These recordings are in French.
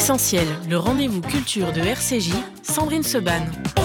Essentiel, le rendez-vous culture de RCJ, Sandrine Seban.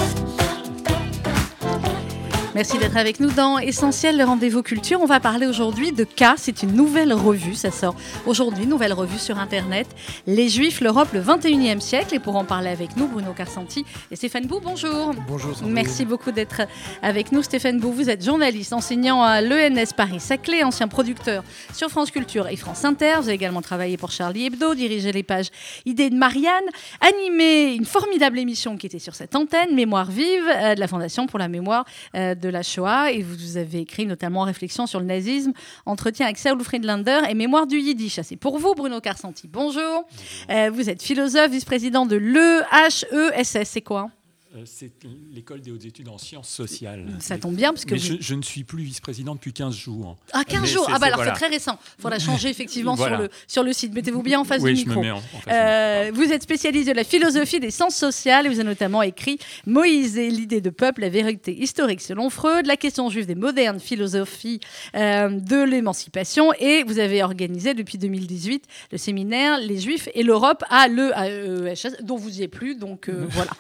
Merci d'être avec nous dans Essentiel, le rendez-vous culture. On va parler aujourd'hui de K. C'est une nouvelle revue. Ça sort aujourd'hui, nouvelle revue sur Internet. Les Juifs, l'Europe, le 21e siècle. Et pour en parler avec nous, Bruno Carsanti et Stéphane Bou, bonjour. Bonjour Sandrine. Merci beaucoup d'être avec nous. Stéphane Bou, vous êtes journaliste, enseignant à l'ENS Paris-Saclay, ancien producteur sur France Culture et France Inter. Vous avez également travaillé pour Charlie Hebdo, dirigé les pages Idées de Marianne, animé une formidable émission qui était sur cette antenne, Mémoire vive, de la Fondation pour la mémoire de la Shoah, et vous avez écrit notamment Réflexion sur le nazisme, Entretien avec Saul Friedlander et Mémoire du Yiddish. Ça, c'est pour vous, Bruno Carsanti. Bonjour. Vous êtes philosophe, vice-président de l'EHESS. C'est quoi ? C'est l'école des hautes études en sciences sociales. Ça tombe bien parce que je ne suis plus vice-président depuis 15 jours. Ah, 15 jours. Alors c'est très récent. Il faudra changer effectivement sur le site. Mettez-vous bien en face du micro. Oui, je me mets en face. Vous êtes spécialiste de la philosophie des sciences sociales et vous avez notamment écrit Moïse et l'idée de peuple, la vérité historique selon Freud, la question juive des modernes philosophies de l'émancipation, et vous avez organisé depuis 2018 le séminaire Les Juifs et l'Europe à l'EHESS, dont vous n'y êtes plus, donc voilà.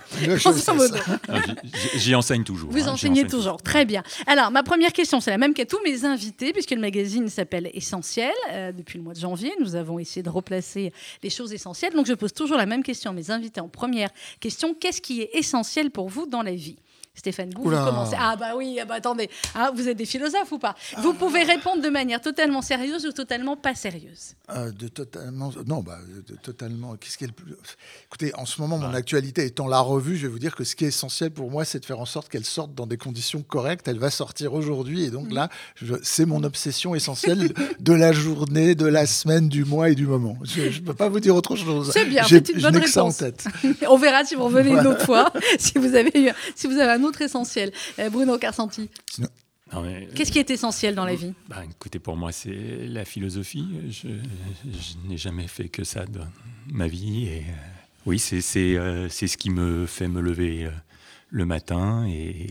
J'y enseigne toujours. Vous enseignez toujours, très bien. Alors, ma première question, c'est la même qu'à tous mes invités, puisque le magazine s'appelle Essentiel. Depuis le mois de janvier, nous avons essayé de replacer les choses essentielles. Donc, je pose toujours la même question à mes invités en première question. Qu'est-ce qui est essentiel pour vous dans la vie ? Stéphane Bou, vous commencez. Attendez, vous êtes des philosophes ou pas ? Vous pouvez répondre de manière totalement sérieuse ou totalement pas sérieuse. Totalement. Qu'est-ce qui est le plus... Écoutez, en ce moment, mon actualité étant la revue, je vais vous dire que ce qui est essentiel pour moi, c'est de faire en sorte qu'elle sorte dans des conditions correctes. Elle va sortir aujourd'hui, et donc là, c'est mon obsession essentielle de la journée, de la semaine, du mois et du moment. Je ne peux pas vous dire autre chose. C'est bien, c'est une bonne réponse. Que ça en tête. On verra si vous revenez une autre fois, si vous avez un autre essentiel. Bruno Carsanti. Qu'est-ce qui est essentiel dans la vie ? Écoutez, pour moi, c'est la philosophie. Je n'ai jamais fait que ça dans ma vie. Et, oui, c'est ce qui me fait me lever le matin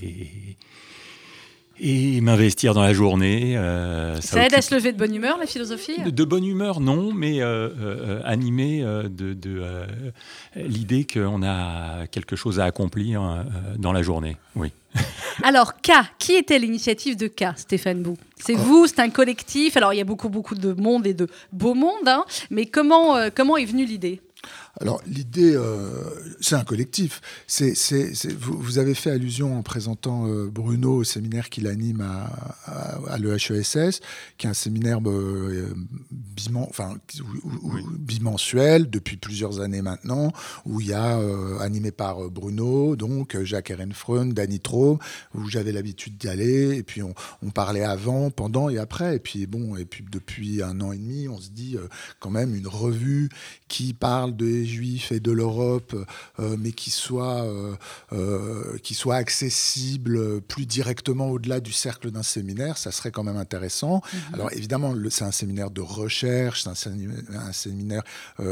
et m'investir dans la journée. Ça aide à se lever de bonne humeur, la philosophie ? De bonne humeur, non, mais animé de l'idée qu'on a quelque chose à accomplir dans la journée, oui. Alors, K, qui était l'initiative de K, Stéphane Bou ? C'est vous, c'est un collectif. Alors, il y a beaucoup de monde et de beau monde, mais comment est venue l'idée ? Alors, l'idée, c'est un collectif. Vous avez fait allusion en présentant Bruno au séminaire qu'il anime à l'EHESS, qui est un séminaire bimensuel depuis plusieurs années maintenant, où il y a, animé par Bruno, donc Jacques Ehrenfreund, Danny Traum, où j'avais l'habitude d'y aller, et puis on parlait avant, pendant et après, et puis depuis 1 an et demi, on se dit quand même une revue qui parle des Juifs et de l'Europe, mais qui soit accessible plus directement au-delà du cercle d'un séminaire, ça serait quand même intéressant. Alors évidemment, c'est un séminaire de recherche, c'est un séminaire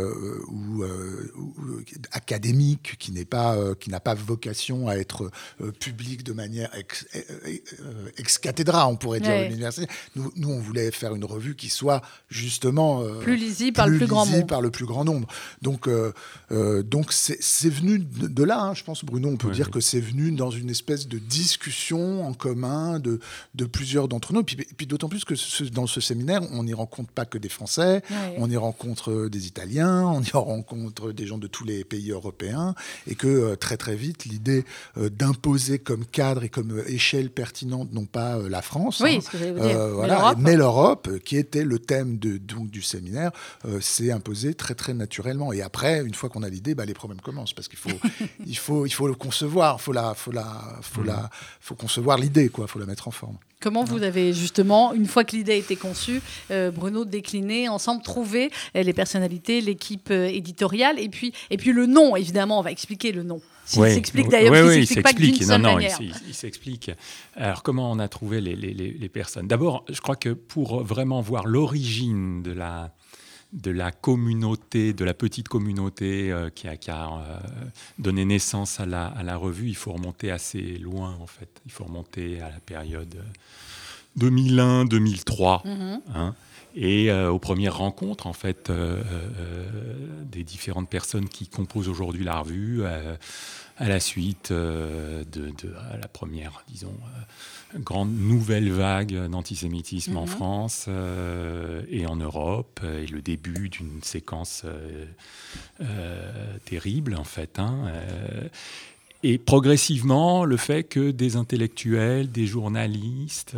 académique qui n'a pas vocation à être public de manière ex cathedra, on pourrait dire, à l'université. Nous, on voulait faire une revue qui soit justement plus lisible par le plus grand nombre. Donc c'est venu de là, je pense, Bruno, on peut dire que c'est venu dans une espèce de discussion en commun de plusieurs d'entre nous. Puis d'autant plus que dans ce séminaire, on n'y rencontre pas que des Français, on y rencontre des Italiens, on y rencontre des gens de tous les pays européens, et que très très vite, l'idée d'imposer comme cadre et comme échelle pertinente, non pas la France, ce que j'allais vous dire, mais l'Europe, qui était le thème du séminaire, s'est imposé très très naturellement. Et après, une fois qu'on a l'idée, les problèmes commencent, parce qu'il faut le concevoir, faut concevoir l'idée, quoi, faut la mettre en forme. Comment vous avez justement, une fois que l'idée a été conçue, Bruno, décliné, ensemble, trouvé les personnalités, l'équipe éditoriale, et puis le nom, évidemment, on va expliquer le nom. Il s'explique d'ailleurs, il s'explique pas d'une seule manière. Il s'explique. Alors, comment on a trouvé les personnes ? D'abord, je crois que pour vraiment voir l'origine de la communauté, de la petite communauté qui a donné naissance à la revue, il faut remonter assez loin, en fait. Il faut remonter à la période 2001-2003. Hein, et aux premières rencontres, en fait, des différentes personnes qui composent aujourd'hui la revue, à la suite à la première, disons, grande nouvelle vague d'antisémitisme en France et en Europe, et le début d'une séquence terrible, en fait. Et progressivement, le fait que des intellectuels, des journalistes,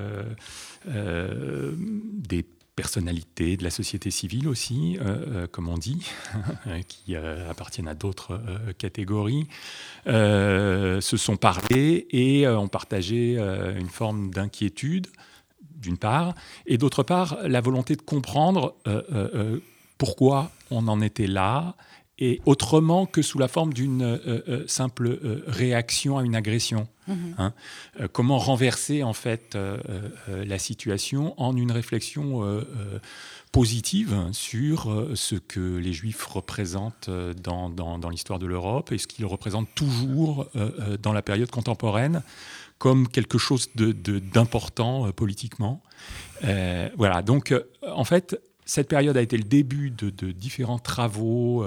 des personnalités de la société civile aussi, comme on dit, qui appartiennent à d'autres catégories, se sont parlé et ont partagé une forme d'inquiétude, d'une part, et d'autre part, la volonté de comprendre pourquoi on en était là, et autrement que sous la forme d'une simple réaction à une agression. Comment renverser en fait la situation en une réflexion positive sur ce que les Juifs représentent dans l'histoire de l'Europe et ce qu'ils représentent toujours dans la période contemporaine comme quelque chose d'important politiquement. Voilà, donc en fait, cette période a été le début de différents travaux.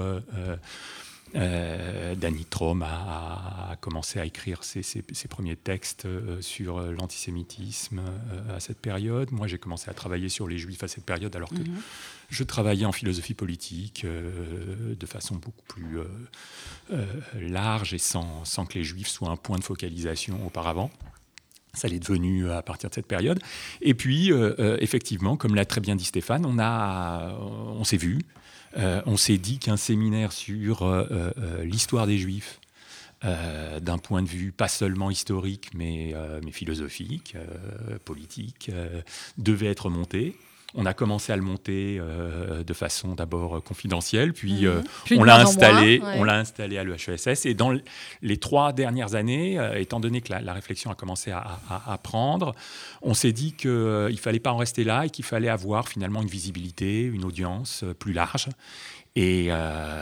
Danny Traum a commencé à écrire ses premiers textes sur l'antisémitisme à cette période. Moi, j'ai commencé à travailler sur les Juifs à cette période, alors que je travaillais en philosophie politique de façon beaucoup plus large et sans que les Juifs soient un point de focalisation auparavant. Ça l'est devenu à partir de cette période. Et puis, effectivement, comme l'a très bien dit Stéphane, on s'est vu. On s'est dit qu'un séminaire sur l'histoire des Juifs, d'un point de vue pas seulement historique, mais philosophique, politique, devait être monté. On a commencé à le monter de façon d'abord confidentielle, puis on l'a installé à l'EHESS. Et dans les 3 dernières années, étant donné que la réflexion a commencé à prendre, on s'est dit qu'il ne fallait pas en rester là et qu'il fallait avoir finalement une visibilité, une audience plus large. Et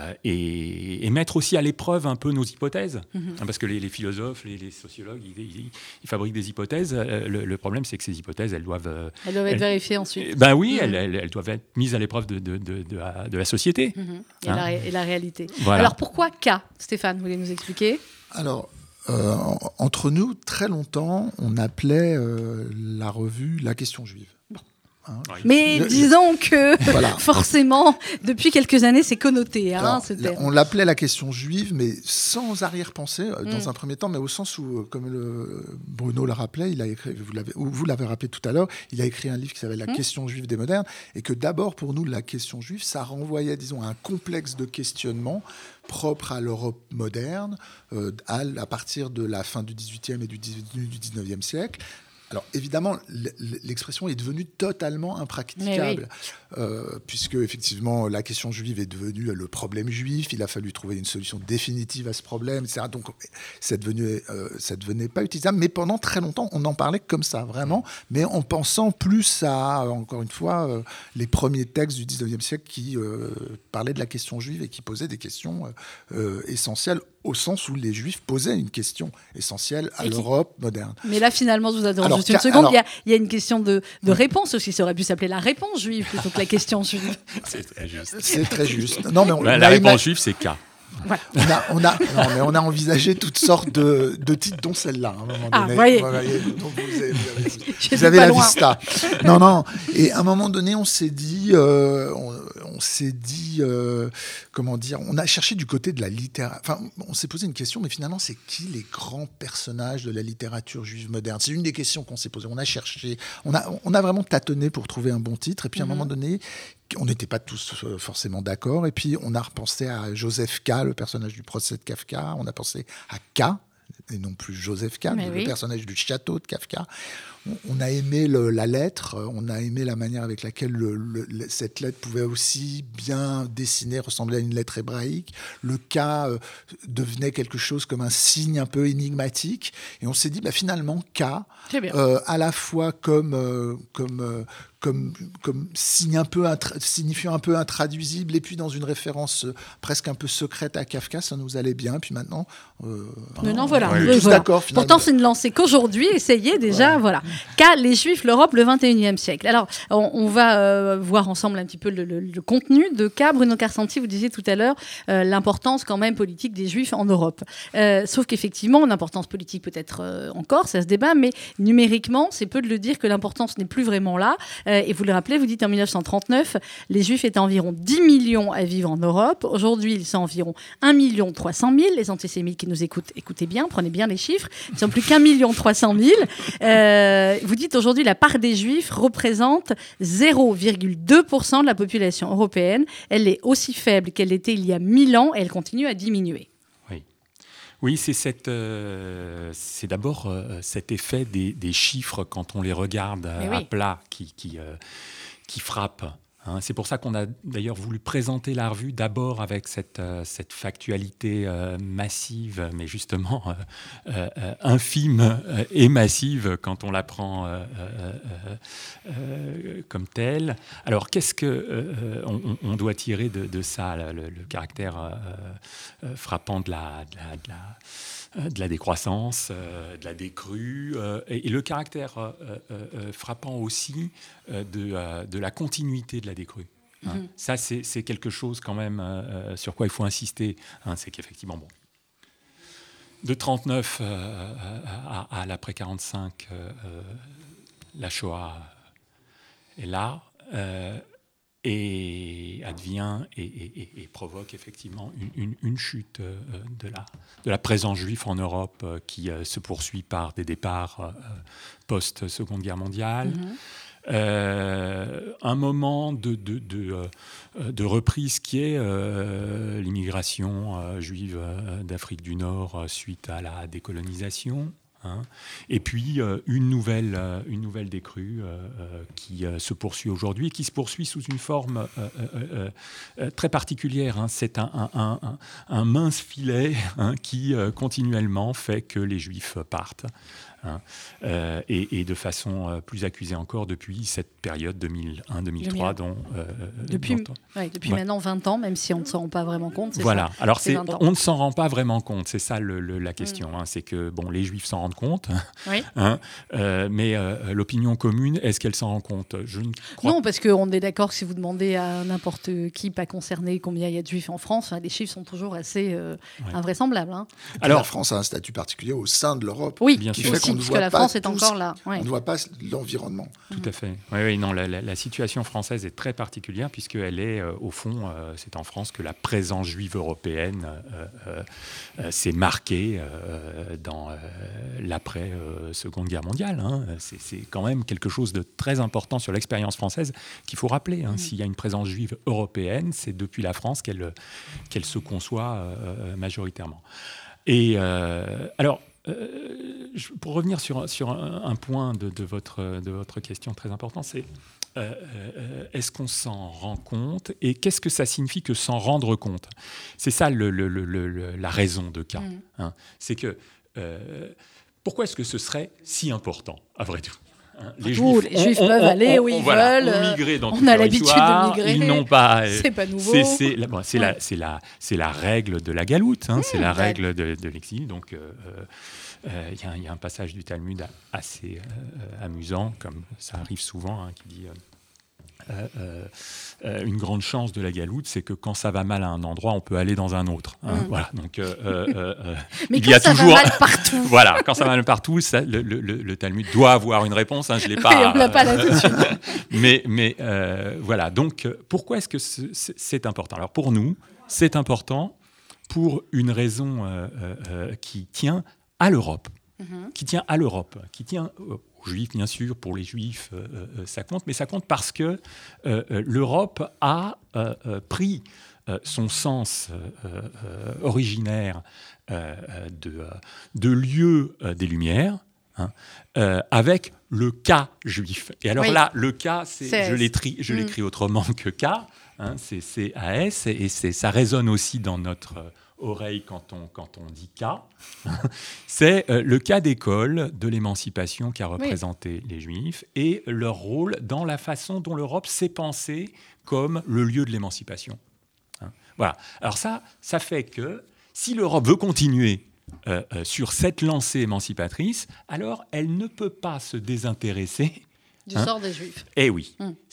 mettre aussi à l'épreuve un peu nos hypothèses. Parce que les philosophes, les sociologues, ils fabriquent des hypothèses. Le problème, c'est que ces hypothèses, elles doivent être vérifiées ensuite. Ben oui, elles doivent être mises à l'épreuve de la société. Et la réalité. Voilà. Alors pourquoi K, Stéphane, vous voulez nous expliquer ? Alors, entre nous, très longtemps, on appelait la revue La Question Juive. Mais disons que forcément, depuis quelques années, c'est connoté. Alors, on l'appelait La Question Juive, mais sans arrière-pensée, dans un premier temps, mais au sens où, comme Bruno l'a rappelé, il a écrit, vous l'avez rappelé tout à l'heure, il a écrit un livre qui s'appelle La Question Juive des modernes, et que d'abord, pour nous, la question juive, ça renvoyait, disons, à un complexe de questionnement propre à l'Europe moderne, à partir de la fin du XVIIIe et du XIXe siècle. Alors évidemment, l'expression est devenue totalement impraticable, puisque effectivement la question juive est devenue le problème juif. Il a fallu trouver une solution définitive à ce problème, etc. Donc ça devenait pas utilisable. Mais pendant très longtemps, on en parlait comme ça, vraiment, mais en pensant plus à, encore une fois, les premiers textes du XIXe siècle qui parlaient de la question juive et qui posaient des questions essentielles, au sens où les Juifs posaient une question essentielle à l'Europe moderne. Mais là, finalement, je vous interromps juste une seconde. Il y a une question de réponse aussi. Ça aurait pu s'appeler la réponse juive plutôt que la question juive. C'est très juste. C'est très juste. Non, mais la réponse juive, c'est K. Voilà. On a envisagé toutes sortes de titres, dont celle-là, à un moment donné. Voyez. Donc vous avez la vista. Non. Et à un moment donné, on s'est dit, comment dire, on a cherché du côté de la littérature. Enfin, on s'est posé une question, mais finalement, c'est qui les grands personnages de la littérature juive moderne ? C'est une des questions qu'on s'est posées. On a cherché, on a vraiment tâtonné pour trouver un bon titre. Et puis à un moment donné, on n'était pas tous forcément d'accord. Et puis, on a repensé à Joseph K., le personnage du procès de Kafka. On a pensé à K, et non plus Joseph K., le personnage du château de Kafka. On a aimé la lettre, on a aimé la manière avec laquelle cette lettre pouvait aussi bien dessiner, ressembler à une lettre hébraïque. Le K devenait quelque chose comme un signe un peu énigmatique. Et on s'est dit, finalement, K, à la fois comme signifiant un peu intraduisible, et puis dans une référence presque un peu secrète à Kafka, ça nous allait bien. Puis maintenant, voilà. on est tous d'accord. Finalement. Pourtant, c'est ne lancé qu'aujourd'hui. Essayez déjà, voilà. Qu'a les Juifs, l'Europe, le 21e siècle. Alors, on va voir ensemble un petit peu le contenu de K. Bruno Carcenti, vous disiez tout à l'heure l'importance quand même politique des Juifs en Europe. Sauf qu'effectivement, l'importance politique peut-être encore, ça se débat, mais numériquement, c'est peu de le dire que l'importance n'est plus vraiment là. Et vous le rappelez, vous dites en 1939, les Juifs étaient environ 10 millions à vivre en Europe. Aujourd'hui, ils sont environ 1 300 000. Les antisémites qui nous écoutent, écoutez bien, prenez bien les chiffres. Ils ne sont plus qu'1 300 000. Vous dites aujourd'hui, la part des Juifs représente 0,2% de la population européenne. Elle est aussi faible qu'elle était il y a 1000 ans et elle continue à diminuer. Oui, c'est d'abord cet effet des chiffres quand on les regarde à plat qui frappe. Hein. C'est pour ça qu'on a d'ailleurs voulu présenter la revue d'abord avec cette factualité massive, mais justement infime et massive quand on la prend comme telle. Alors, qu'est-ce qu'on doit tirer de ça, le caractère frappant de la décroissance, de la décrue, et le caractère frappant aussi de la continuité de la décrue. Hein. Ça, c'est quelque chose quand même sur quoi il faut insister. Hein, c'est qu'effectivement, de 1939 à l'après 1945, la Shoah est là. Et advient et provoque effectivement une chute de la présence juive en Europe qui se poursuit par des départs post-Seconde Guerre mondiale. Un moment de reprise qui est l'immigration juive d'Afrique du Nord suite à la décolonisation. Hein. Et puis une nouvelle décrue qui se poursuit aujourd'hui et qui se poursuit sous une forme très particulière. Hein. C'est un mince filet qui continuellement fait que les Juifs partent. Hein, et de façon plus accusée encore depuis cette période 2001-2003 depuis maintenant 20 ans, même si on ne s'en rend pas vraiment compte. Voilà, ça, alors on ne s'en rend pas vraiment compte, c'est ça la question. Hein, c'est que les Juifs s'en rendent compte, mais l'opinion commune, est-ce qu'elle s'en rend compte? Je ne crois Non, parce qu'on est d'accord que si vous demandez à n'importe qui pas concerné combien il y a de Juifs en France, les chiffres sont toujours assez invraisemblables. Hein. Alors, la France a un statut particulier au sein de l'Europe, bien sûr. Qu'on ne voit la France est encore là. On ne voit pas l'environnement. Tout à fait. Oui, non, la situation française est très particulière puisqu'elle est, au fond, c'est en France que la présence juive européenne s'est marquée dans l'après-Seconde Guerre mondiale. Hein. C'est quand même quelque chose de très important sur l'expérience française qu'il faut rappeler. Hein. S'il y a une présence juive européenne, c'est depuis la France qu'elle se conçoit majoritairement. Et alors, pour revenir sur un point de votre question très important, c'est est-ce qu'on s'en rend compte et qu'est-ce que ça signifie que s'en rendre compte? C'est ça la raison de K. Hein. C'est que pourquoi est-ce que ce serait si important, à vrai dire? Les Juifs peuvent aller où ils veulent. On a l'habitude de migrer. Ils n'ont pas. C'est pas nouveau. C'est la règle de la galoute. Hein, c'est la règle de l'exil. Donc, il y a un passage du Talmud assez amusant, comme ça arrive souvent, hein, qui dit. Une grande chance de la galoute, c'est que quand ça va mal à un endroit, on peut aller dans un autre. Hein, voilà. Donc, mais quand ça va mal partout. Voilà, quand ça va mal partout, le Talmud doit avoir une réponse. Hein, je l'ai pas. Oui, on l'a pas là tout de suite. mais voilà. Donc, pourquoi est-ce que c'est important? Alors, pour nous, c'est important pour une raison qui tient à l'Europe, qui tient aux Juifs, bien sûr, pour les Juifs, ça compte, mais ça compte parce que l'Europe a pris son sens originaire de lieu des Lumières, hein, avec le cas juif. Et alors là, le cas, je l'écris autrement que K, hein, c'est CAS, et ça résonne aussi dans notre oreille quand on dit cas, c'est le cas d'école de l'émancipation qu'a représenté les Juifs et leur rôle dans la façon dont l'Europe s'est pensée comme le lieu de l'émancipation. Voilà. Alors ça fait que si l'Europe veut continuer sur cette lancée émancipatrice, alors elle ne peut pas se désintéresser du sort des Juifs. Eh oui,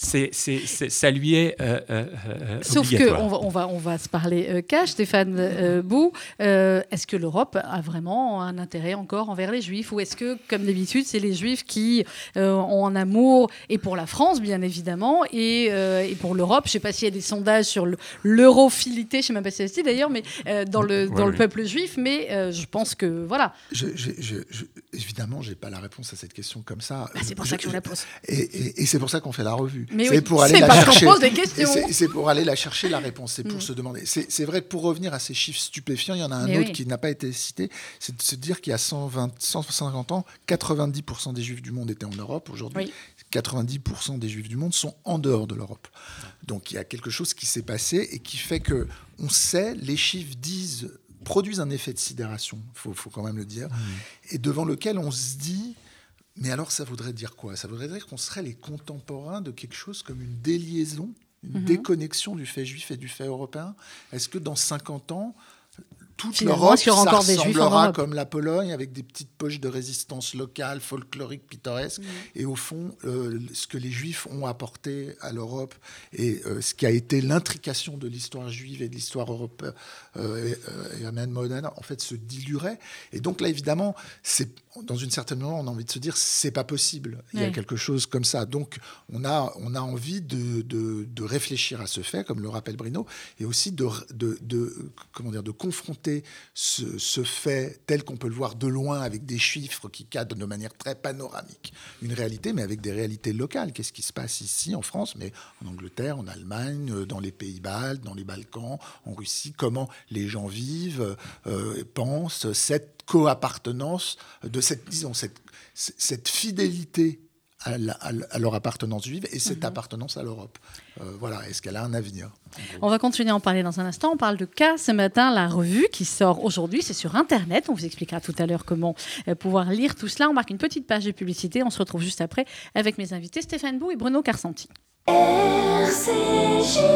ça lui est sauf obligatoire. qu'on va se parler cash, Stéphane Bou. Est-ce que l'Europe a vraiment un intérêt encore envers les Juifs, ou est-ce que, comme d'habitude, c'est les Juifs qui ont un amour, et pour la France, bien évidemment, et pour l'Europe? Je ne sais pas s'il y a des sondages sur l'europhilité, je ne sais même pas si c'est ça d'ailleurs, mais dans le peuple juif, mais je pense que, voilà. Évidemment, je n'ai pas la réponse à cette question comme ça. C'est pour ça que je vous la pose. Et c'est pour ça qu'on fait la revue. Mais c'est oui, pour aller c'est la parce chercher. qu'on pose des questions. C'est pour aller la chercher, la réponse. C'est pour se demander. C'est vrai que pour revenir à ces chiffres stupéfiants, il y en a un autre qui n'a pas été cité. C'est de se dire qu'il y a 150 ans, 90% des Juifs du monde étaient en Europe. Aujourd'hui, 90% des Juifs du monde sont en dehors de l'Europe. Donc il y a quelque chose qui s'est passé et qui fait que on sait, les chiffres produisent un effet de sidération. Faut quand même le dire. Et devant lequel on se dit. Mais alors, ça voudrait dire quoi? Ça voudrait dire qu'on serait les contemporains de quelque chose comme une déliaison, une déconnexion du fait juif et du fait européen. Est-ce que dans 50 ans, toute l'Europe, ça ressemblera comme la Pologne, avec des petites poches de résistance locale, folklorique, pittoresque, et au fond, ce que les Juifs ont apporté à l'Europe et ce qui a été l'intrication de l'histoire juive et de l'histoire européenne et moderne, en fait, se diluerait. Et donc là, évidemment, dans une certaine manière, on a envie de se dire c'est pas possible. Il y a quelque chose comme ça. Donc, on a envie de réfléchir à ce fait, comme le rappelle Bruno, et aussi de confronter ce fait tel qu'on peut le voir de loin avec des chiffres qui cadrent de manière très panoramique une réalité, mais avec des réalités locales. Qu'est-ce qui se passe ici en France, mais en Angleterre, en Allemagne, dans les pays baltes, dans les Balkans, en Russie, comment les gens vivent, pensent, cette co-appartenance, de cette fidélité à leur appartenance juive et cette appartenance à l'Europe. Voilà, est-ce qu'elle a un avenir? On va continuer à en parler dans un instant. On parle de Cas ce matin, la revue qui sort aujourd'hui. C'est sur Internet. On vous expliquera tout à l'heure comment pouvoir lire tout cela. On marque une petite page de publicité. On se retrouve juste après avec mes invités Stéphane Bou et Bruno Carsanti. RCJ.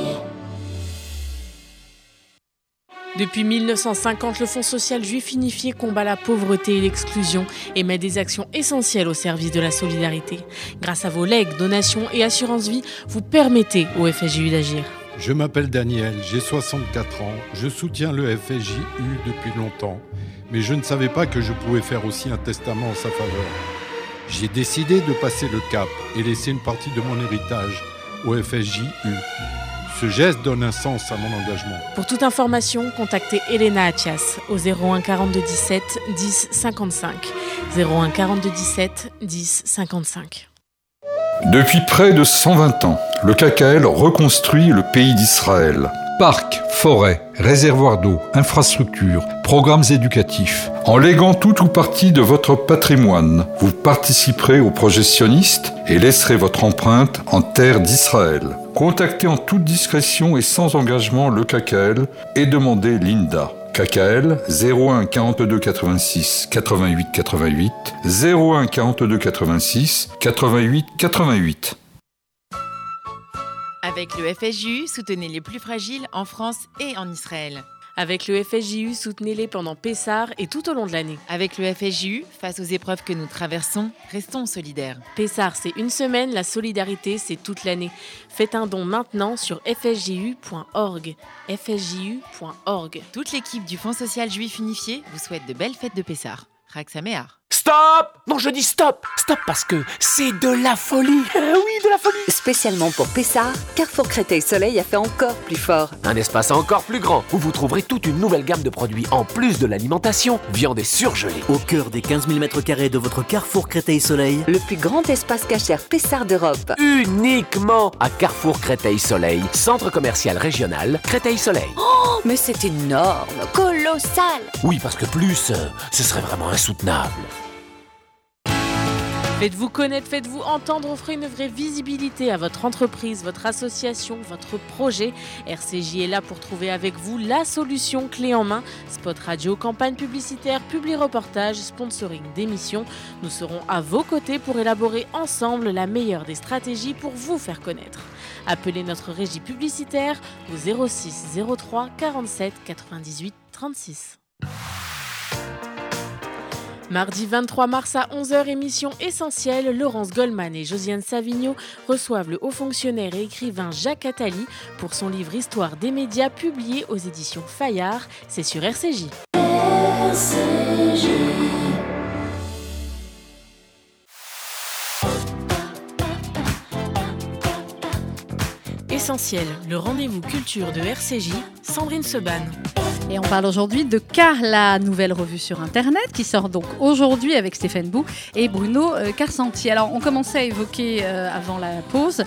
Depuis 1950, le Fonds social juif unifié combat la pauvreté et l'exclusion et met des actions essentielles au service de la solidarité. Grâce à vos legs, donations et assurances vie, vous permettez au FSJU d'agir. Je m'appelle Daniel, j'ai 64 ans, je soutiens le FSJU depuis longtemps, mais je ne savais pas que je pouvais faire aussi un testament en sa faveur. J'ai décidé de passer le cap et laisser une partie de mon héritage au FSJU. Ce geste donne un sens à mon engagement. Pour toute information, contactez Elena Athias au 01 42 17 10 55. 01 42 17 10 55. Depuis près de 120 ans, le KKL reconstruit le pays d'Israël. Parcs, forêts, réservoirs d'eau, infrastructures, programmes éducatifs. En léguant tout ou partie de votre patrimoine, vous participerez au projet sioniste et laisserez votre empreinte en terre d'Israël. Contactez en toute discrétion et sans engagement le KKL et demandez l'INDA. KKL 01 42 86 88 88 01 42 86 88 88. Avec le FSJU, soutenez les plus fragiles en France et en Israël. Avec le FSJU, soutenez-les pendant Pessah et tout au long de l'année. Avec le FSJU, face aux épreuves que nous traversons, restons solidaires. Pessah, c'est une semaine, la solidarité, c'est toute l'année. Faites un don maintenant sur fsju.org. fsju.org. Toute l'équipe du Fonds social juif unifié vous souhaite de belles fêtes de Pessah. Chag Sameach. Stop! Non, je dis stop! Stop parce que c'est de la folie! Oui, de la folie! Spécialement pour Pessah, Carrefour Créteil Soleil a fait encore plus fort. Un espace encore plus grand, où vous trouverez toute une nouvelle gamme de produits en plus de l'alimentation, viande et surgelée. Au cœur des 15 000 m² de votre Carrefour Créteil Soleil, le plus grand espace cachère Pessard d'Europe. Uniquement à Carrefour Créteil Soleil, centre commercial régional Créteil Soleil. Oh, mais c'est énorme, colossal! Oui, parce que plus, ce serait vraiment insoutenable. Faites-vous connaître, faites-vous entendre, offrez une vraie visibilité à votre entreprise, votre association, votre projet. RCJ est là pour trouver avec vous la solution clé en main. Spot radio, campagne publicitaire, publi-reportage, sponsoring d'émissions. Nous serons à vos côtés pour élaborer ensemble la meilleure des stratégies pour vous faire connaître. Appelez notre régie publicitaire au 06 03 47 98 36. Mardi 23 mars à 11h, émission essentielle, Laurence Goldman et Josiane Savigno reçoivent le haut fonctionnaire et écrivain Jacques Attali pour son livre Histoire des médias publié aux éditions Fayard. C'est sur RCJ. Essentiel, le rendez-vous culture de RCJ, Sandrine Seban. Et on parle aujourd'hui de Car, la nouvelle revue sur Internet, qui sort donc aujourd'hui avec Stéphane Bou et Bruno Carcenti. Alors, on commençait à évoquer avant la pause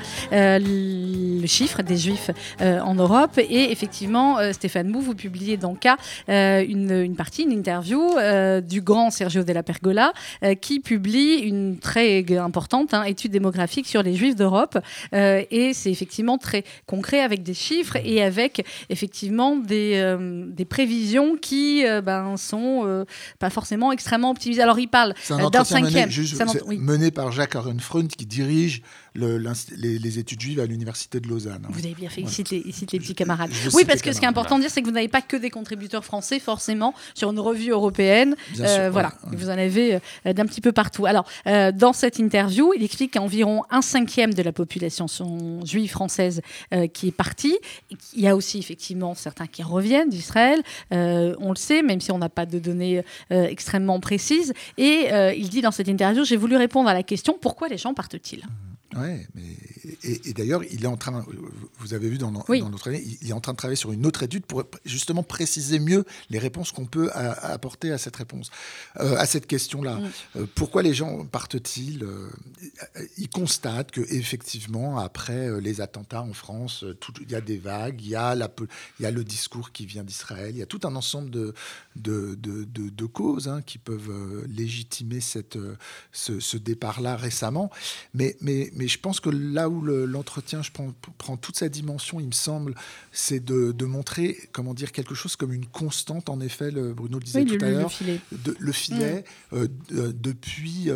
le chiffre des Juifs en Europe. Et effectivement, Stéphane Bou, vous publiez dans Car une interview du grand Sergio Della Pergola, qui publie une très importante étude démographique sur les Juifs d'Europe. Et c'est effectivement très concret avec des chiffres et avec effectivement des prévisions qui sont pas forcément extrêmement optimisées. Alors, il parle d'un cinquième. Mené par Jacques Arenfreund, qui dirige les études juives à l'université de Lausanne. Vous avez bien fait, il cite les petits camarades. Oui, parce que ce qui est important de dire, c'est que vous n'avez pas que des contributeurs français, forcément, sur une revue européenne. Voilà, vous en avez d'un petit peu partout. Alors, dans cette interview, il explique qu'environ 1/5 de la population sont juive française qui est partie. Il y a aussi, effectivement, certains qui reviennent d'Israël. On le sait, même si on n'a pas de données extrêmement précises. Et il dit dans cette interview, j'ai voulu répondre à la question, pourquoi les gens partent-ils ? Oui, et d'ailleurs, il est en train, vous avez vu dans notre année, il est en train de travailler sur une autre étude pour justement préciser mieux les réponses qu'on peut apporter à cette réponse, à cette question-là. Pourquoi les gens partent-ils ? Il constate qu'effectivement, après les attentats en France, il y a des vagues, il y a le discours qui vient d'Israël, il y a tout un ensemble de causes qui peuvent légitimer ce départ-là récemment. Mais je pense que là où l'entretien prend toute sa dimension, il me semble, c'est de montrer, comment dire, quelque chose comme une constante. En effet, Bruno le disait tout à l'heure, le filet depuis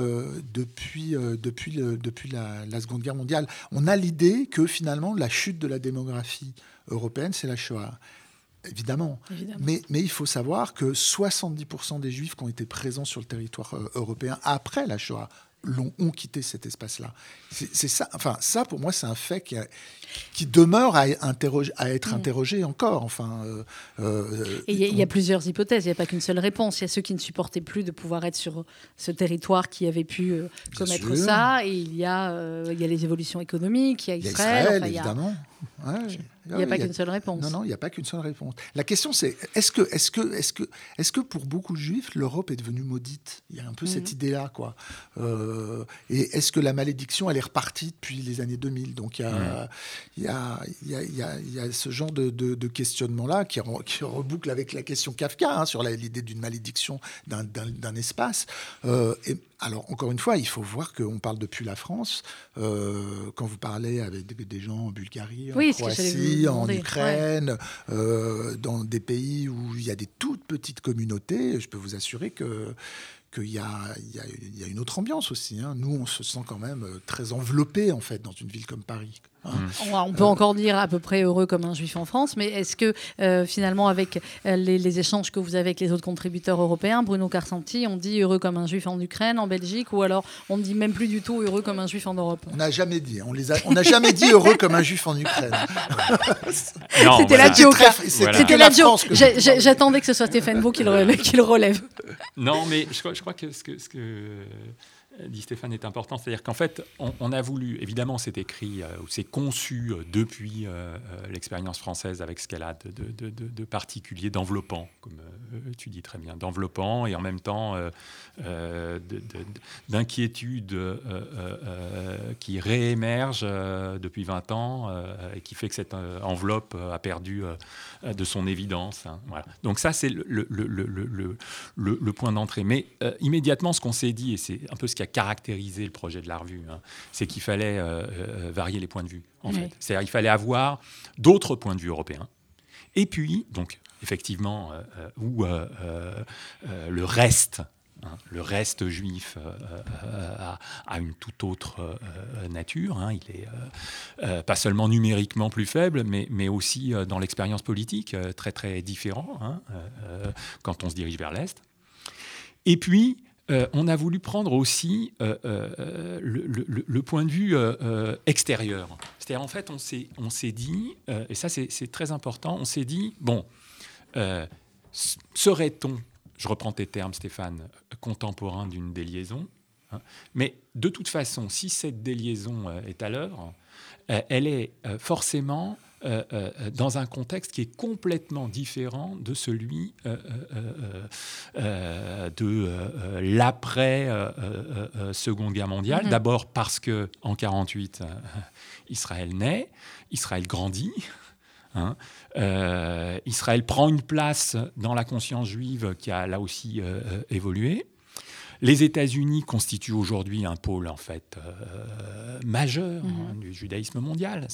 la Seconde Guerre mondiale. On a l'idée que finalement la chute de la démographie européenne, c'est la Shoah. Évidemment. Mais il faut savoir que 70% des Juifs qui ont été présents sur le territoire européen après la Shoah ont quitté cet espace-là. C'est ça. Enfin, ça pour moi, c'est un fait qui demeure à être interrogé encore. Enfin, et il y a plusieurs hypothèses. Il n'y a pas qu'une seule réponse. Il y a ceux qui ne supportaient plus de pouvoir être sur ce territoire qui avait pu commettre ça. Et il y a les évolutions économiques. Il y a Israël. Évidemment. Il n'y a pas qu'une seule réponse. Non, il n'y a pas qu'une seule réponse. La question, c'est est-ce que pour beaucoup de Juifs, l'Europe est devenue maudite ? Il y a un peu cette idée-là, quoi. Et est-ce que la malédiction, elle est repartie depuis les années 2000 ? Donc il y a ce genre de questionnement-là qui reboucle avec la question Kafka sur l'idée d'une malédiction d'un espace. Alors, encore une fois, il faut voir qu'on parle depuis la France. Quand vous parlez avec des gens en Bulgarie, en Croatie, en Ukraine, dans des pays où il y a des toutes petites communautés, je peux vous assurer qu'il y a une autre ambiance aussi. Nous, on se sent quand même très enveloppé, en fait, dans une ville comme Paris. On peut encore dire à peu près heureux comme un juif en France, mais est-ce que finalement avec les échanges que vous avez avec les autres contributeurs européens, Bruno Carcenti, on dit heureux comme un juif en Ukraine, en Belgique, ou alors on ne dit même plus du tout heureux comme un juif en Europe ? On n'a jamais dit. On n'a jamais dit heureux comme un juif en Ukraine. C'était la joke. C'était la joke. J'attendais que ce soit Stéphane Bou qui le relève. Non, mais je crois que ce que dit Stéphane est important, c'est-à-dire qu'en fait, on a voulu, évidemment, c'est écrit ou c'est conçu depuis l'expérience française avec ce qu'elle a de particulier, d'enveloppant, comme tu dis très bien, d'enveloppant et en même temps d'inquiétude qui réémerge depuis 20 ans et qui fait que cette enveloppe a perdu de son évidence. Voilà. Donc ça, c'est le point d'entrée. Mais immédiatement, ce qu'on s'est dit, et c'est un peu ce qui a caractérisé le projet de la revue, hein, c'est qu'il fallait varier les points de vue, en fait. C'est-à-dire qu'il fallait avoir d'autres points de vue européens. Et puis, donc, effectivement, où le reste juif a une toute autre nature. Hein. Il est pas seulement numériquement plus faible, mais aussi dans l'expérience politique très très différent, hein, quand on se dirige vers l'Est. Et puis, on a voulu prendre aussi le point de vue extérieur. C'est-à-dire, en fait, on s'est dit, et ça c'est très important, on s'est dit, bon, serait-on, je reprends tes termes, Stéphane, contemporain d'une déliaison, hein, mais de toute façon, si cette déliaison est à l'œuvre, elle est forcément dans un contexte qui est complètement différent de celui de l'après Seconde Guerre mondiale. Mm-hmm. D'abord parce que en 1948, Israël naît, Israël grandit. Hein. Israël prend une place dans la conscience juive qui a là aussi évolué. Les États-Unis constituent aujourd'hui un pôle en fait majeur du judaïsme mondial.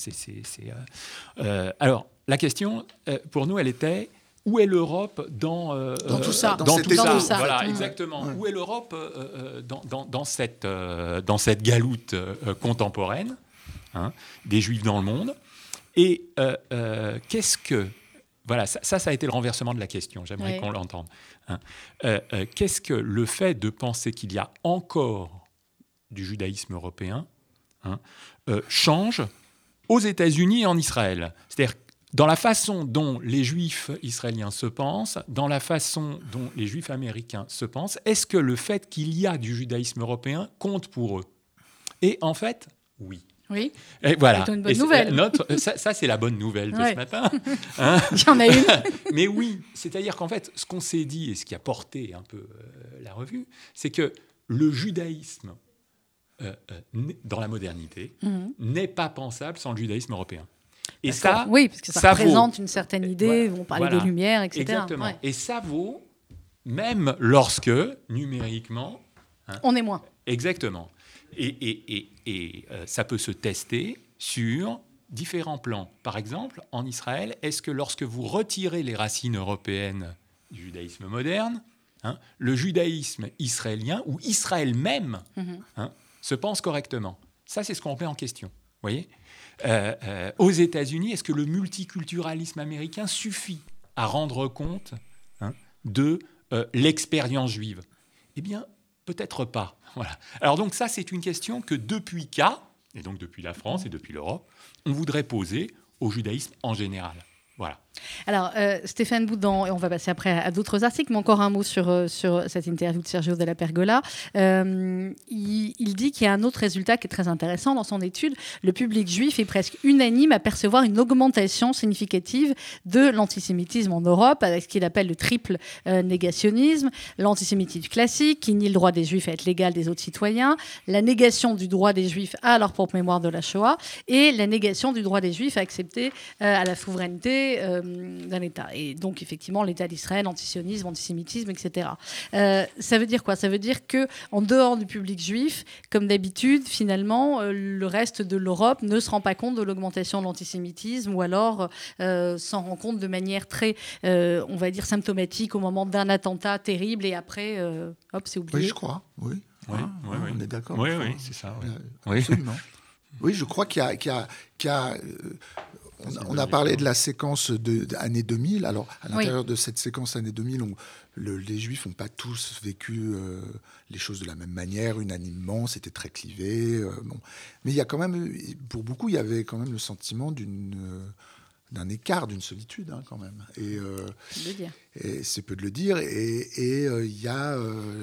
Alors la question pour nous, elle était où est l'Europe dans tout ça, dans tout ça. Voilà, exactement. Où est l'Europe dans cette galoute contemporaine, hein, des Juifs dans le monde? Et qu'est-ce que... Voilà, ça a été le renversement de la question. J'aimerais qu'on l'entende. Hein. Qu'est-ce que le fait de penser qu'il y a encore du judaïsme européen, hein, change aux États-Unis et en Israël? C'est-à-dire dans la façon dont les Juifs israéliens se pensent, dans la façon dont les Juifs américains se pensent, est-ce que le fait qu'il y a du judaïsme européen compte pour eux? Et en fait, oui. Oui, et voilà. C'est une bonne nouvelle. Ça, c'est la bonne nouvelle de ce matin. Hein. Il y en a une. Mais oui, c'est-à-dire qu'en fait, ce qu'on s'est dit et ce qui a porté un peu la revue, c'est que le judaïsme dans la modernité n'est pas pensable sans le judaïsme européen. Et ça, oui, parce que ça représente vaut, une certaine idée, on parlait des Lumières, etc. Exactement. Ouais. Et ça vaut même lorsque, numériquement... Hein, on est moins. Exactement. Et ça peut se tester sur différents plans. Par exemple, en Israël, est-ce que lorsque vous retirez les racines européennes du judaïsme moderne, hein, le judaïsme israélien, ou Israël même, hein, se pense correctement? Ça, c'est ce qu'on met en question. Vous voyez, aux États-Unis, est-ce que le multiculturalisme américain suffit à rendre compte, hein, de l'expérience juive? Eh bien, peut-être pas. Voilà. Alors donc ça, c'est une question que depuis et donc depuis la France et depuis l'Europe, on voudrait poser au judaïsme en général. Voilà. Alors, Stéphane Boudan, et on va passer après à d'autres articles, mais encore un mot sur cette interview de Sergio Della Pergola. Il dit qu'il y a un autre résultat qui est très intéressant dans son étude. Le public juif est presque unanime à percevoir une augmentation significative de l'antisémitisme en Europe, avec ce qu'il appelle le triple négationnisme, l'antisémitisme classique, qui nie le droit des juifs à être l'égal des autres citoyens, la négation du droit des juifs à leur propre mémoire de la Shoah, et la négation du droit des juifs à accepter à la souveraineté d'un État. Et donc, effectivement, l'État d'Israël, antisionisme, antisémitisme, etc. Ça veut dire quoi? Ça veut dire qu'en dehors du public juif, comme d'habitude, finalement, le reste de l'Europe ne se rend pas compte de l'augmentation de l'antisémitisme ou alors s'en rend compte de manière très, on va dire, symptomatique au moment d'un attentat terrible et après, hop, c'est oublié. Oui, je crois. Oui. Oui, on est d'accord. Oui, c'est ça. Oui. Absolument. Oui, je crois qu'il y a on a parlé de la séquence d'année 2000. Alors, à l'intérieur de cette séquence année 2000, les Juifs n'ont pas tous vécu les choses de la même manière, unanimement. C'était très clivé. Bon. Mais il y a quand même, pour beaucoup, il y avait quand même le sentiment d'un écart, d'une solitude, hein, quand même. Et c'est peu de le dire. Et il y a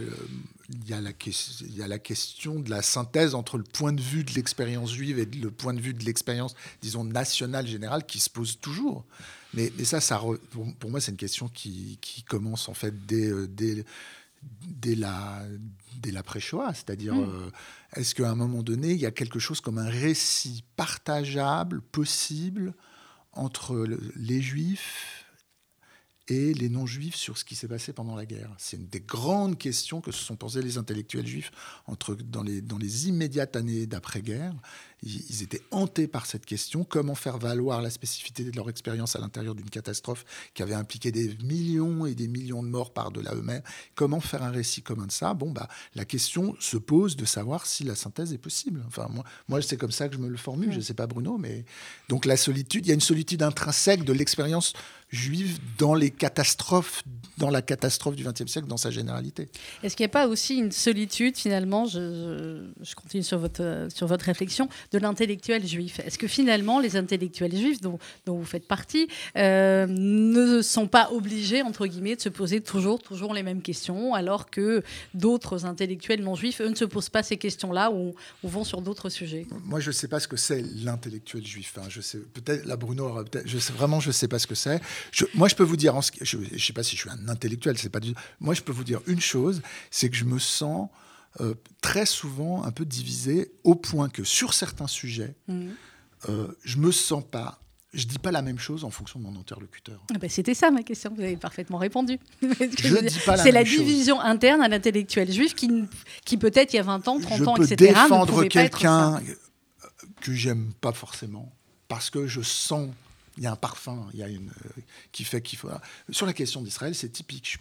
la question de la synthèse entre le point de vue de l'expérience juive et le point de vue de l'expérience, disons, nationale générale, qui se pose toujours. Mais ça pour moi, c'est une question qui commence en fait dès l'après-Shoah. C'est-à-dire, est-ce qu'à un moment donné, il y a quelque chose comme un récit partageable, possible, entre les Juifs et les non-juifs sur ce qui s'est passé pendant la guerre. C'est une des grandes questions que se sont posées les intellectuels juifs dans les immédiates années d'après-guerre. Ils étaient hantés par cette question. Comment faire valoir la spécificité de leur expérience à l'intérieur d'une catastrophe qui avait impliqué des millions et des millions de morts par-delà eux-mêmes? Comment faire un récit commun de ça? La question se pose de savoir si la synthèse est possible. Enfin, moi c'est comme ça que je me le formule. Je ne sais pas Bruno, mais donc la solitude, il y a une solitude intrinsèque de l'expérience juive dans la catastrophe du XXe siècle dans sa généralité. Est-ce qu'il n'y a pas aussi une solitude, finalement, je continue sur votre réflexion, de l'intellectuel juif? Est-ce que finalement, les intellectuels juifs dont vous faites partie ne sont pas obligés, entre guillemets, de se poser toujours les mêmes questions, alors que d'autres intellectuels non juifs, eux, ne se posent pas ces questions-là ou vont sur d'autres sujets? Moi, je ne sais pas ce que c'est l'intellectuel juif. Enfin, je sais, peut-être, là, Bruno aura peut-être... je ne sais pas ce que c'est. Moi, je peux vous dire, je ne sais pas si je suis un intellectuel, c'est pas du... Moi, je peux vous dire une chose, c'est que je me sens très souvent un peu divisé au point que sur certains sujets, je me sens pas... Je ne dis pas la même chose en fonction de mon interlocuteur. C'était ça ma question, vous avez parfaitement répondu. C'est la division interne à l'intellectuel juif qui peut-être il y a 20 ans, 30 ans, etc. Je peux défendre quelqu'un que j'aime pas forcément parce que je sens... Il y a un parfum, qui fait qu'il faut... Sur la question d'Israël, c'est typique.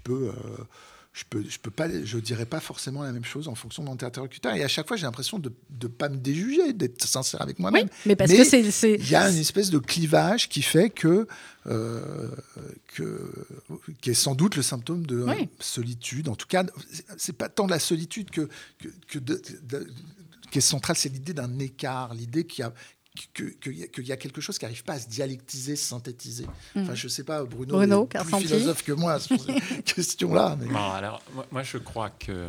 Je dirais pas forcément la même chose en fonction de mon interlocuteur. Et à chaque fois, j'ai l'impression de ne pas me déjuger, d'être sincère avec moi-même. Oui, mais parce que il y a une espèce de clivage qui fait qui est sans doute le symptôme de solitude. En tout cas, c'est pas tant de la solitude qui est centrale, c'est l'idée d'un écart, l'idée qu'il y a quelque chose qui n'arrive pas à se dialectiser, se synthétiser. Enfin, je ne sais pas, Bruno est plus philosophe que moi sur cette question-là. Mais... Non, alors, moi, je crois que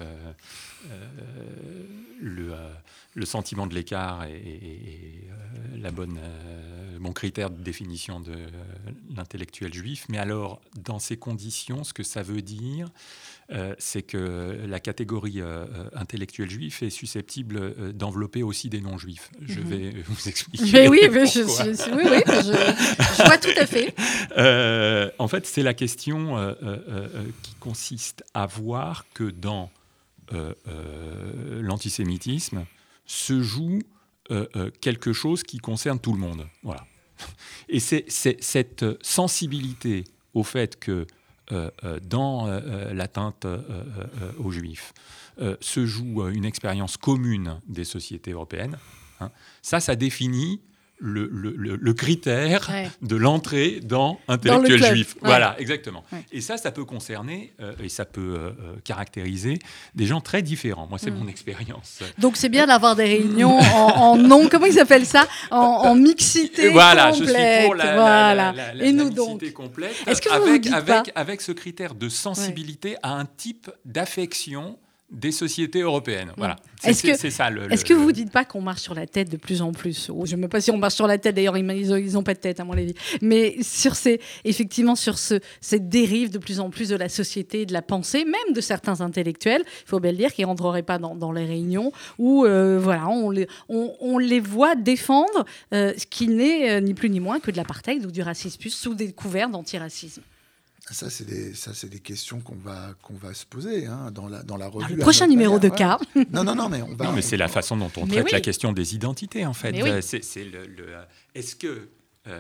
le sentiment de l'écart est bon critère de définition de l'intellectuel juif. Mais alors, dans ces conditions, ce que ça veut dire, c'est que la catégorie intellectuel juif est susceptible d'envelopper aussi des non-juifs. Je vais vous expliquer. Mais oui, je vois tout à fait. En fait, c'est la question qui consiste à voir que dans l'antisémitisme se joue quelque chose qui concerne tout le monde. Voilà. Et c'est cette sensibilité au fait que dans l'atteinte aux Juifs se joue une expérience commune des sociétés européennes. Ça définit le critère de l'entrée dans intellectuel juif. Ouais. Voilà, exactement. Ouais. Et ça peut concerner et ça peut caractériser des gens très différents. Moi, c'est mon expérience. Donc, c'est bien d'avoir des réunions en non... Comment ils appellent ça? En mixité voilà, complète. Je suis pour la et nous mixité donc complète. Est-ce que avec ce critère de sensibilité à un type d'affection des sociétés européennes. Voilà. C'est ça. Est-ce que vous ne dites pas qu'on marche sur la tête de plus en plus? Je ne sais même pas si on marche sur la tête, d'ailleurs, ils n'ont pas de tête, à mon avis. Mais sur cette dérive de plus en plus de la société, de la pensée, même de certains intellectuels, il faut bien le dire, qui ne rentreraient pas dans les réunions, où on les voit défendre ce qui n'est ni plus ni moins que de l'apartheid ou du racisme, sous des couverts d'antiracisme. Ça, c'est des questions qu'on va se poser dans la revue. Le prochain numéro de Cas. Non, mais on va. Non, mais c'est la façon dont on traite la question des identités, en fait. Est-ce que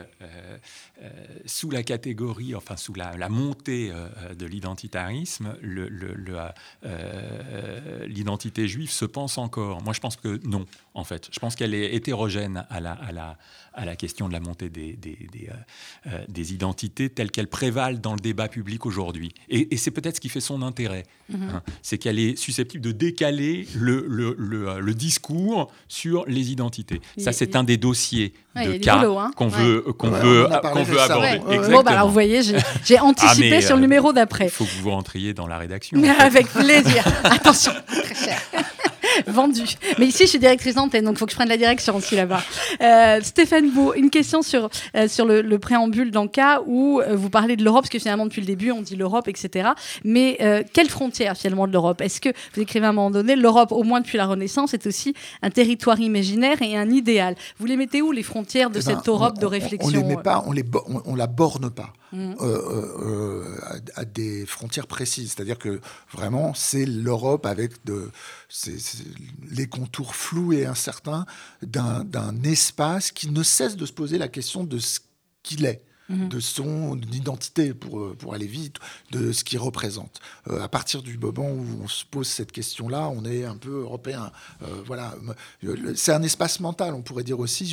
sous la catégorie, enfin sous la montée de l'identitarisme, l'identité juive se pense encore? Moi, je pense que non, en fait. Je pense qu'elle est hétérogène à la question de la montée des identités telles qu'elles prévalent dans le débat public aujourd'hui. Et c'est peut-être ce qui fait son intérêt. C'est qu'elle est susceptible de décaler le discours sur les identités. Ça, c'est un des dossiers de cas qu'on veut aborder. Bon, alors vous voyez, j'ai anticipé sur le numéro d'après. Il faut que vous rentriez dans la rédaction. Avec plaisir. Attention, très cher. Vendu. Mais ici, je suis directrice d'antenne, donc il faut que je prenne la direction aussi là-bas. Stéphane Beau, une question sur le préambule dans le cas où vous parlez de l'Europe, parce que finalement, depuis le début, on dit l'Europe, etc. Mais quelle frontière, finalement, de l'Europe? Est-ce que, vous écrivez à un moment donné, l'Europe, au moins depuis la Renaissance, est aussi un territoire imaginaire et un idéal? Vous les mettez où, les frontières de cette Europe de réflexion? On les met pas, on la borne pas. à des frontières précises. C'est-à-dire que vraiment, c'est l'Europe avec les contours flous et incertains d'un espace qui ne cesse de se poser la question de ce qu'il est. De son identité, pour aller vite, de ce qu'il représente. À partir du moment où on se pose cette question-là, on est un peu européen. Voilà. C'est un espace mental, on pourrait dire aussi.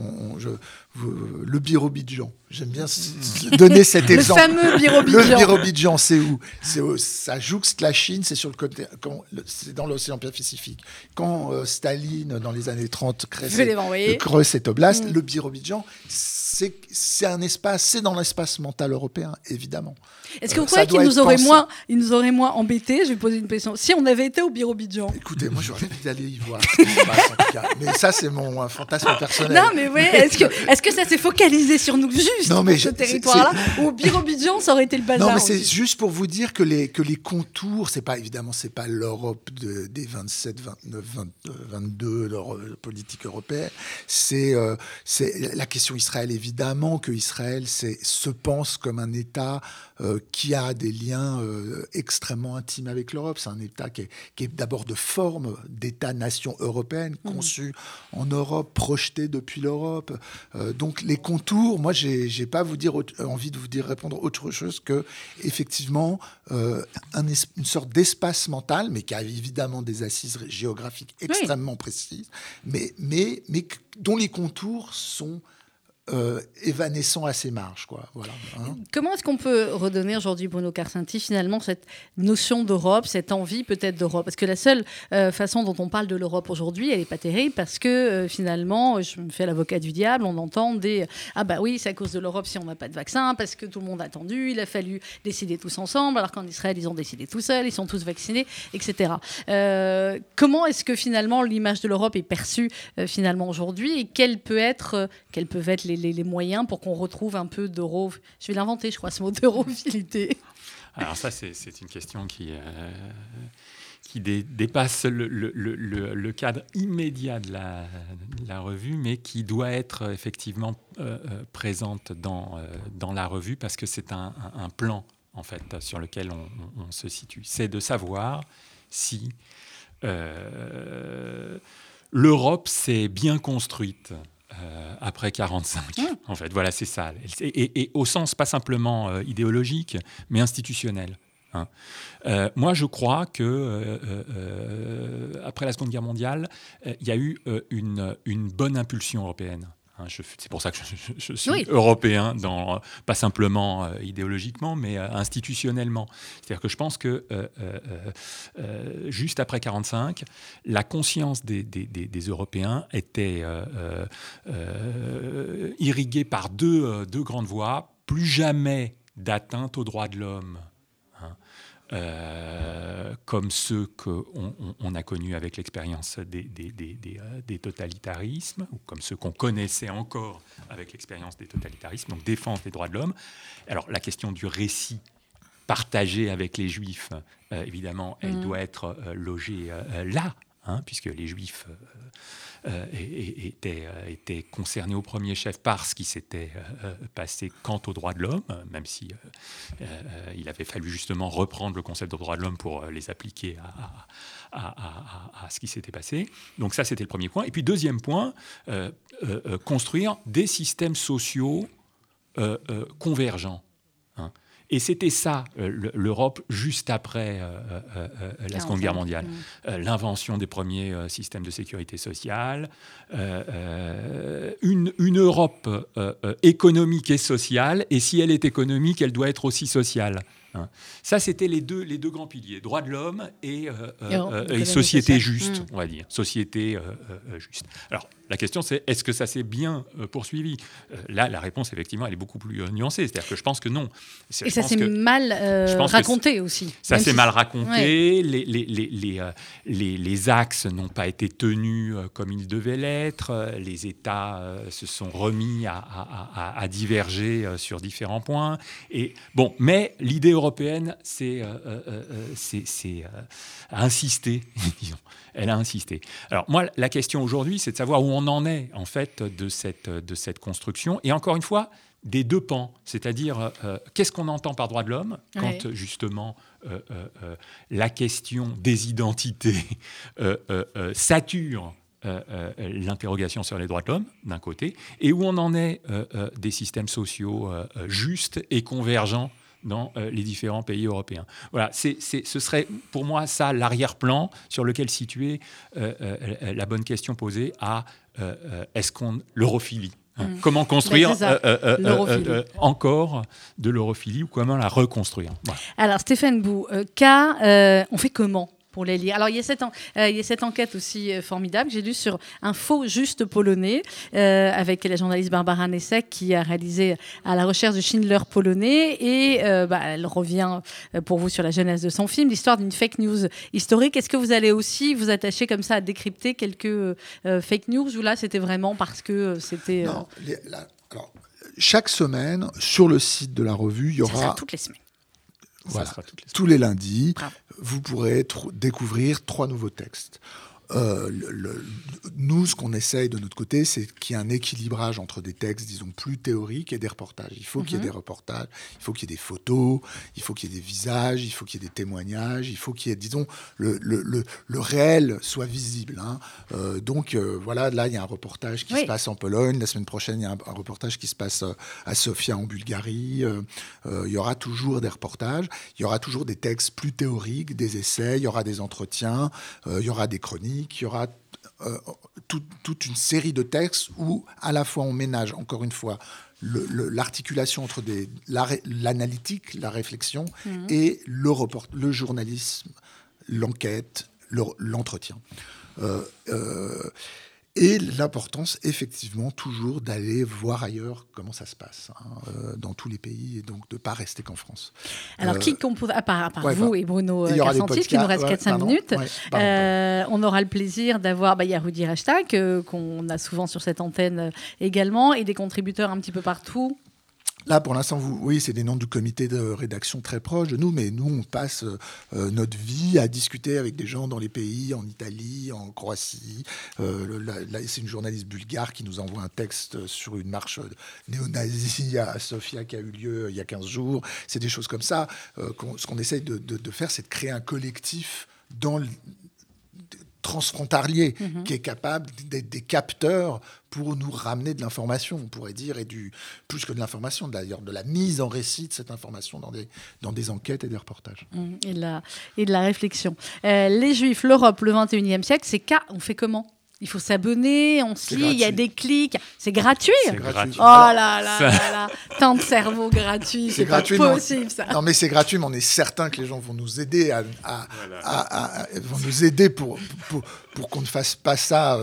Le Birobidjan. J'aime bien donner cet exemple. Le fameux Birobidjan. Le Birobidjan, c'est où? Ça jouxte la Chine, c'est sur le côté, c'est dans l'océan Pacifique. Quand Staline, dans les années 30, crée cette oblast, le Birobidjan, c'est un espace, c'est dans l'espace mental européen, évidemment. Est-ce que vous croyez qu'il nous aurait moins embêtés? Je vais poser une question. Si on avait été au Birobidjan. Écoutez, moi j'aurais envie d'aller y voir ce qui se passe, en tout cas. Mais ça, c'est mon fantasme personnel. Non, mais oui, est-ce que ça s'est focalisé sur nous juste, ce territoire-là, ou au Birobidjan, ça aurait été le bazar? Non, mais c'est juste pour vous dire que les contours, c'est pas l'Europe des 27, 29, 22, leur politique européenne. C'est la question Israël, évidemment, que Israël se pense comme un État qui a des liens extrêmement intimes avec l'Europe. C'est un État qui est d'abord de forme d'État-nation européenne, conçu en Europe, projeté depuis l'Europe. Donc les contours, moi, j'ai pas envie de vous répondre autre chose que, effectivement, une sorte d'espace mental, mais qui a évidemment des assises géographiques extrêmement précises, mais dont les contours sont évanescent à ses marges, quoi. Voilà. Comment est-ce qu'on peut redonner aujourd'hui, Bruno Karsenty, finalement cette notion d'Europe, cette envie peut-être d'Europe? Parce que la seule façon dont on parle de l'Europe aujourd'hui, elle n'est pas terrible, parce que finalement, je me fais l'avocat du diable, on entend des « Ah bah oui, c'est à cause de l'Europe si on n'a pas de vaccin, parce que tout le monde a attendu, il a fallu décider tous ensemble, alors qu'en Israël, ils ont décidé tout seuls, ils sont tous vaccinés, etc. » Comment est-ce que finalement l'image de l'Europe est perçue finalement aujourd'hui, et quels peuvent être les moyens pour qu'on retrouve un peu d'euro... Je vais l'inventer, je crois, ce mot d'europhilité. Alors ça, c'est une question qui dépasse le cadre immédiat de la revue, mais qui doit être effectivement présente dans la revue, parce que c'est un plan, en fait, sur lequel on se situe. C'est de savoir si l'Europe s'est bien construite après 1945. En fait, voilà, c'est ça. Et au sens pas simplement idéologique, mais institutionnel. Moi, je crois que après la Seconde Guerre mondiale, il y a eu une bonne impulsion européenne. C'est pour ça que je suis européen, pas simplement idéologiquement, mais institutionnellement. C'est-à-dire que je pense que juste après 1945, la conscience des Européens était irriguée par deux grandes voies. Plus jamais d'atteinte aux droits de l'homme, comme ceux qu'on a connus avec l'expérience des totalitarismes, ou comme ceux qu'on connaissait encore avec l'expérience des totalitarismes, donc défense des droits de l'homme. Alors la question du récit partagé avec les Juifs, évidemment, elle doit être logée là, puisque les Juifs étaient concernés au premier chef par ce qui s'était passé quant aux droits de l'homme, même si il avait fallu justement reprendre le concept de droits de l'homme pour les appliquer à ce qui s'était passé. Donc ça, c'était le premier point. Et puis deuxième point, construire des systèmes sociaux convergents. Et c'était ça, l'Europe, juste après la Seconde Guerre mondiale. L'invention des premiers systèmes de sécurité sociale, une Europe économique et sociale, et si elle est économique, elle doit être aussi sociale. Ça, c'était les deux grands piliers, droits de l'homme et société juste, on va dire, société juste. Alors, la question, c'est est-ce que ça s'est bien poursuivi? Là, la réponse, effectivement, elle est beaucoup plus nuancée. C'est-à-dire que je pense que non. Et ça s'est mal raconté aussi. Ça s'est mal raconté. Les axes n'ont pas été tenus comme ils devaient l'être. Les États se sont remis à diverger sur différents points. Et, bon, mais l'idée européenne, c'est insister, disons. Elle a insisté. Alors moi, la question aujourd'hui, c'est de savoir où on en est en fait de cette construction. Et encore une fois, des deux pans, c'est-à-dire qu'est-ce qu'on entend par droit de l'homme quand justement la question des identités sature l'interrogation sur les droits de l'homme, d'un côté, et où on en est des systèmes sociaux justes et convergents dans les différents pays européens. Voilà, ce serait pour moi ça l'arrière-plan sur lequel situer la bonne question posée à est-ce qu'on l'europhilie Comment construire encore de l'europhilie ou comment la reconstruire. Voilà. Alors Stéphane Bou, on fait comment pour les lire? Alors il y a cette enquête aussi formidable que j'ai lue sur un faux juste polonais avec la journaliste Barbara Nessek qui a réalisé à la recherche du Schindler polonais et elle revient pour vous sur la genèse de son film, l'histoire d'une fake news historique. Est-ce que vous allez aussi vous attacher comme ça à décrypter quelques fake news ou là c'était vraiment parce que c'était... Non, alors, chaque semaine sur le site de la revue il y aura... Ça sera toutes les semaines. Voilà. Tous les lundis, vous pourrez découvrir 3 nouveaux textes. Nous, ce qu'on essaye de notre côté, c'est qu'il y ait un équilibrage entre des textes, disons, plus théoriques et des reportages. Il faut qu'il y ait des reportages, il faut qu'il y ait des photos, il faut qu'il y ait des visages, il faut qu'il y ait des témoignages, il faut qu'il y ait, disons, le réel soit visible. Donc, voilà, là, il y a un reportage qui se passe en Pologne. La semaine prochaine, il y a un reportage qui se passe à Sofia, en Bulgarie. Il y aura toujours des reportages. Il y aura toujours des textes plus théoriques, des essais. Il y aura des entretiens. Il y aura des chroniques. Il y aura toute une série de textes où à la fois on ménage, encore une fois, l'articulation entre l'analytique, la réflexion et le journalisme, l'enquête, l'entretien. Et l'importance, effectivement, toujours d'aller voir ailleurs comment ça se passe dans tous les pays et donc de ne pas rester qu'en France. Alors, qui compose, à part vous et Bruno Carcentis, qui nous reste 4-5 minutes, on aura le plaisir d'avoir, il y a Rudy Reichstag, qu'on a souvent sur cette antenne également, et des contributeurs un petit peu partout. Là, pour l'instant, oui, c'est des noms du comité de rédaction très proches de nous, mais nous, on passe notre vie à discuter avec des gens dans les pays, en Italie, en Croatie. Là, c'est une journaliste bulgare qui nous envoie un texte sur une marche néo-nazie à Sofia qui a eu lieu il y a 15 jours. C'est des choses comme ça. Ce qu'on essaye de faire, c'est de créer un collectif transfrontalier qui est capable d'être des capteurs pour nous ramener de l'information, on pourrait dire, et plus que de l'information d'ailleurs, de la mise en récit de cette information dans des enquêtes et des reportages. Et de la réflexion. Les Juifs, l'Europe, le 21e siècle, on fait comment ? Il faut s'abonner, on se lit, il y a des clics. C'est gratuit. C'est gratuit. Oh là là là là. Tant de cerveau gratuit, c'est pas possible ça. Non mais c'est gratuit, mais on est certain que les gens vont nous aider vont nous aider pour qu'on ne fasse pas ça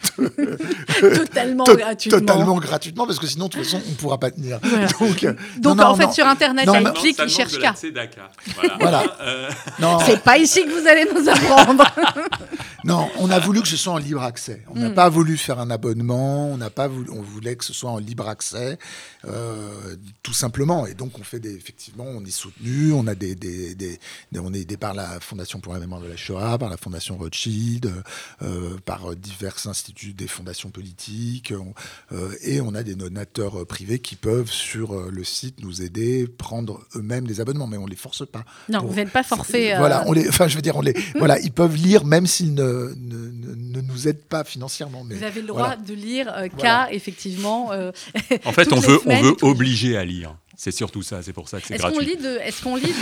totalement gratuitement, parce que sinon de toute façon on ne pourra pas tenir. Voilà. Donc en fait sur internet il y a un clic qui cherche K. Voilà. C'est pas ici que vous allez nous apprendre. Non, on a voulu que ce soit en libre accès. On n'a pas voulu faire un abonnement, on voulait que ce soit en libre accès, tout simplement. Et donc effectivement, on est soutenu, on est aidé par la Fondation pour la mémoire de la Shoah, par la Fondation Rothschild, par divers instituts des fondations politiques, et on a des donateurs privés qui peuvent sur le site nous aider, prendre eux-mêmes des abonnements, mais on les force pas. Non, vous n'êtes pas forfait. Voilà, voilà, ils peuvent lire même s'ils ne nous aident pas financièrement. Mais vous avez le droit de lire K, effectivement. En fait, on veut obliger à lire. C'est surtout ça, c'est pour ça que c'est gratuit. Est-ce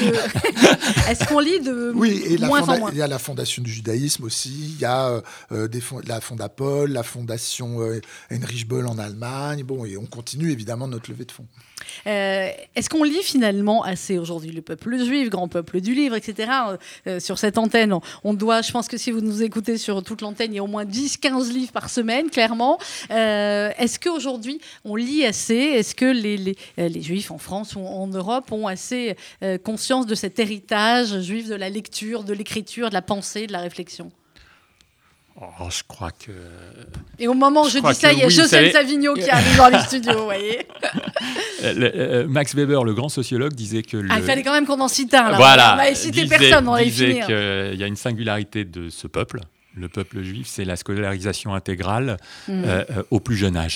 qu'on lit de oui, et moins en moins. Il y a la Fondation du judaïsme aussi, il y a la Fondapol, la Fondation Heinrich Böll en Allemagne, et on continue évidemment notre levée de fonds. Est-ce qu'on lit finalement assez aujourd'hui le peuple juif, grand peuple du livre, etc. Sur cette antenne, je pense que si vous nous écoutez sur toute l'antenne, il y a au moins 10-15 livres par semaine, clairement. Est-ce qu'aujourd'hui, on lit assez ? Est-ce que les juifs en France ou en Europe ont assez conscience de cet héritage juif de la lecture, de l'écriture, de la pensée, de la réflexion ? Je crois que... Et au moment où je dis ça, il y a Jocelyne Savigno qui arrive dans les studios, vous voyez. Max Weber, le grand sociologue, disait que... il fallait quand même qu'on en cite un, là. Voilà, on va citer personne, on va y finir. Il disait qu'il y a une singularité de ce peuple, le peuple juif, c'est la scolarisation intégrale au plus jeune âge.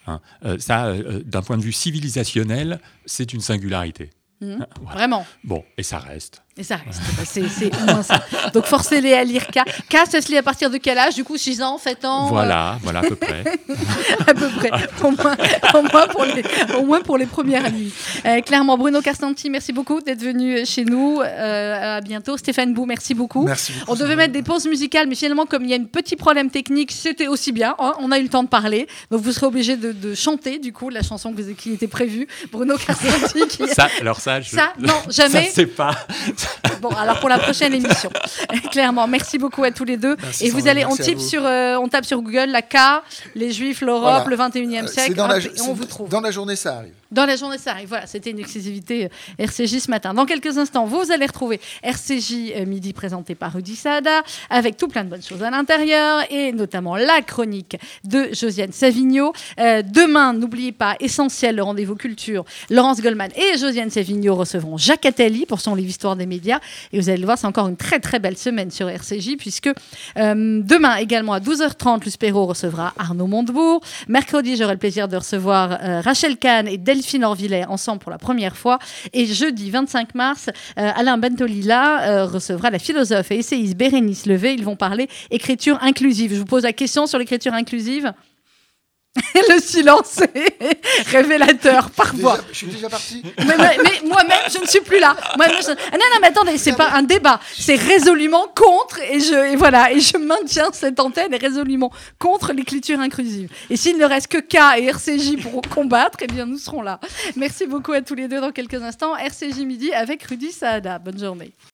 Hein. Ça, d'un point de vue civilisationnel, c'est une singularité. Voilà. Vraiment. Bon, et ça reste. Et ça reste, c'est au moins ça. Donc forcez-les à lire K. K, ça se lit à partir de quel âge? Du coup, 6 ans, 7 ans Voilà, à peu près. À peu près, au moins pour les premières nuits. Clairement, Bruno Carstanti, merci beaucoup d'être venu chez nous. À bientôt. Stéphane Bou, merci beaucoup. Merci beaucoup. On devait mettre des pauses musicales, mais finalement, comme il y a un petit problème technique, c'était aussi bien. Hein, on a eu le temps de parler. Donc vous serez obligé de chanter, du coup, la chanson qui était prévue. Bruno Carstanti. Non, jamais. Ça, c'est pas... Bon, alors pour la prochaine émission, clairement, merci beaucoup à tous les deux. Merci, et vous allez, on tape sur Google la K, les Juifs, l'Europe, le 21e siècle, et on vous trouve. Dans la journée, ça arrive. Dans la journée, ça arrive. Voilà, c'était une exclusivité RCJ ce matin. Dans quelques instants, vous allez retrouver RCJ Midi présenté par Rudy Saada, avec tout plein de bonnes choses à l'intérieur, et notamment la chronique de Josiane Savigno. Demain, n'oubliez pas, Essentiel, le rendez-vous culture, Laurence Goldman et Josiane Savigno recevront Jacques Attali pour son livre Histoire des médias. Et vous allez le voir, c'est encore une très très belle semaine sur RCJ, puisque demain également à 12h30, Luce Perrault recevra Arnaud Montebourg. Mercredi, j'aurai le plaisir de recevoir Rachel Kahn et Delphine Orvillet ensemble pour la première fois. Et jeudi 25 mars, Alain Bentolila recevra la philosophe et essayiste Bérénice Levé. Ils vont parler écriture inclusive. Je vous pose la question sur l'écriture inclusive. Le silence est révélateur parfois. Je suis déjà parti. Mais moi-même, je ne suis plus là. Non, mais attendez, c'est pas un débat. C'est résolument contre, et je maintiens cette antenne est résolument contre l'écriture inclusive. Et s'il ne reste que K et RCJ pour combattre, eh bien, nous serons là. Merci beaucoup à tous les deux dans quelques instants. RCJ Midi avec Rudy Saada. Bonne journée.